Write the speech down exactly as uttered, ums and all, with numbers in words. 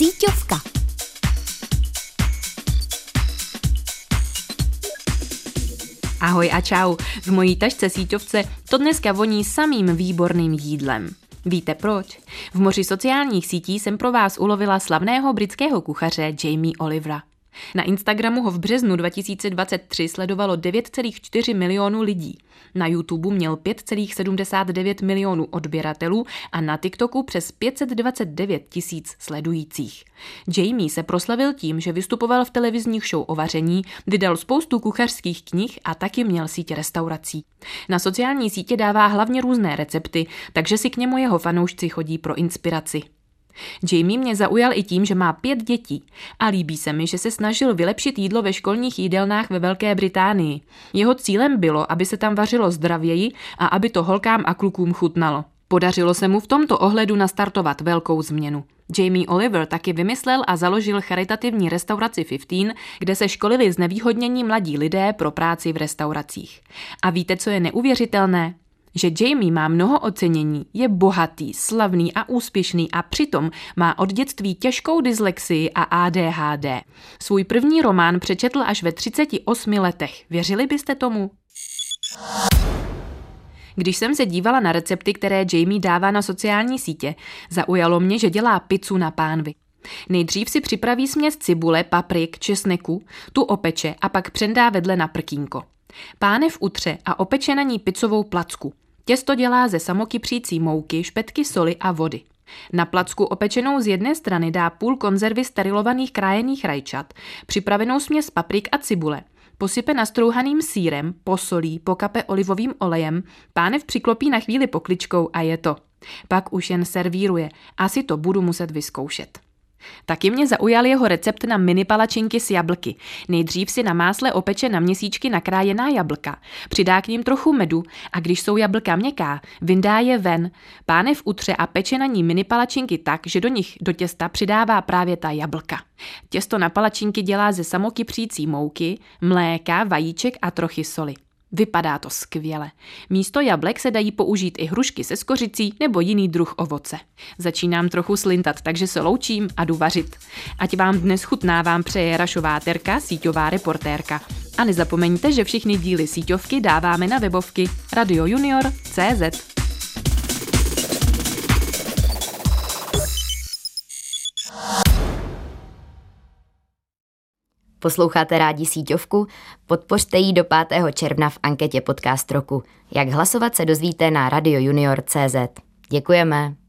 Síťovka. Ahoj a čau, v mojí tašce síťovce to dneska voní samým výborným jídlem. Víte proč? V moři sociálních sítí jsem pro vás ulovila slavného britského kuchaře Jamie Olivera. Na Instagramu ho v březnu dva tisíce dvacet tři sledovalo devět celá čtyři milionu lidí. Na YouTube měl pět celá sedmdesát devět milionů odběratelů a na TikToku přes pět set dvacet devět tisíc sledujících. Jamie se proslavil tím, že vystupoval v televizních show o vaření, vydal spoustu kuchařských knih a taky měl síť restaurací. Na sociální sítě dává hlavně různé recepty, takže si k němu jeho fanoušci chodí pro inspiraci. Jamie mě zaujal i tím, že má pět dětí a líbí se mi, že se snažil vylepšit jídlo ve školních jídelnách ve Velké Británii. Jeho cílem bylo, aby se tam vařilo zdravěji a aby to holkám a klukům chutnalo. Podařilo se mu v tomto ohledu nastartovat velkou změnu. Jamie Oliver taky vymyslel a založil charitativní restauraci patnáct, kde se školili znevýhodnění mladí lidé pro práci v restauracích. A víte, co je neuvěřitelné? Že Jamie má mnoho ocenění, je bohatý, slavný a úspěšný a přitom má od dětství těžkou dyslexii a A D H D. Svůj první román přečetl až ve třiceti osmi letech. Věřili byste tomu? Když jsem se dívala na recepty, které Jamie dává na sociální sítě, zaujalo mě, že dělá pizzu na pánvi. Nejdřív si připraví směs cibule, paprik, česneku, tu opeče a pak přendá vedle na prkínko. Pánev utře a opeče na ní pizzovou placku. Těsto dělá ze samokypřící mouky, špetky soli a vody. Na placku opečenou z jedné strany dá půl konzervy sterilovaných krájených rajčat, připravenou směs paprik a cibule. Posype nastrouhaným sýrem, posolí, pokape olivovým olejem, pánev přiklopí na chvíli pokličkou a je to. Pak už jen servíruje. Asi to budu muset vyzkoušet. Taky mě zaujal jeho recept na mini palačinky s jablky. Nejdřív si na másle opeče na měsíčky nakrájená jablka, přidá k ním trochu medu a když jsou jablka měkká, vyndá je ven. Pánev utře a peče na ní mini palačinky tak, že do nich do těsta přidává právě ta jablka. Těsto na palačinky dělá ze samokypřící mouky, mléka, vajíček a trochy soli. Vypadá to skvěle. Místo jablek se dají použít i hrušky se skořicí nebo jiný druh ovoce. Začínám trochu slintat, takže se loučím a jdu vařit. Ať vám dnes chutná, vám přeje Rašová Terka, síťová reportérka. A nezapomeňte, že všechny díly síťovky dáváme na webovky radio junior tečka cé zet. Posloucháte rádi síťovku? Podpořte ji do pátého června v anketě Podcast roku. Jak hlasovat se dozvíte na radio junior tečka cé zet. Děkujeme.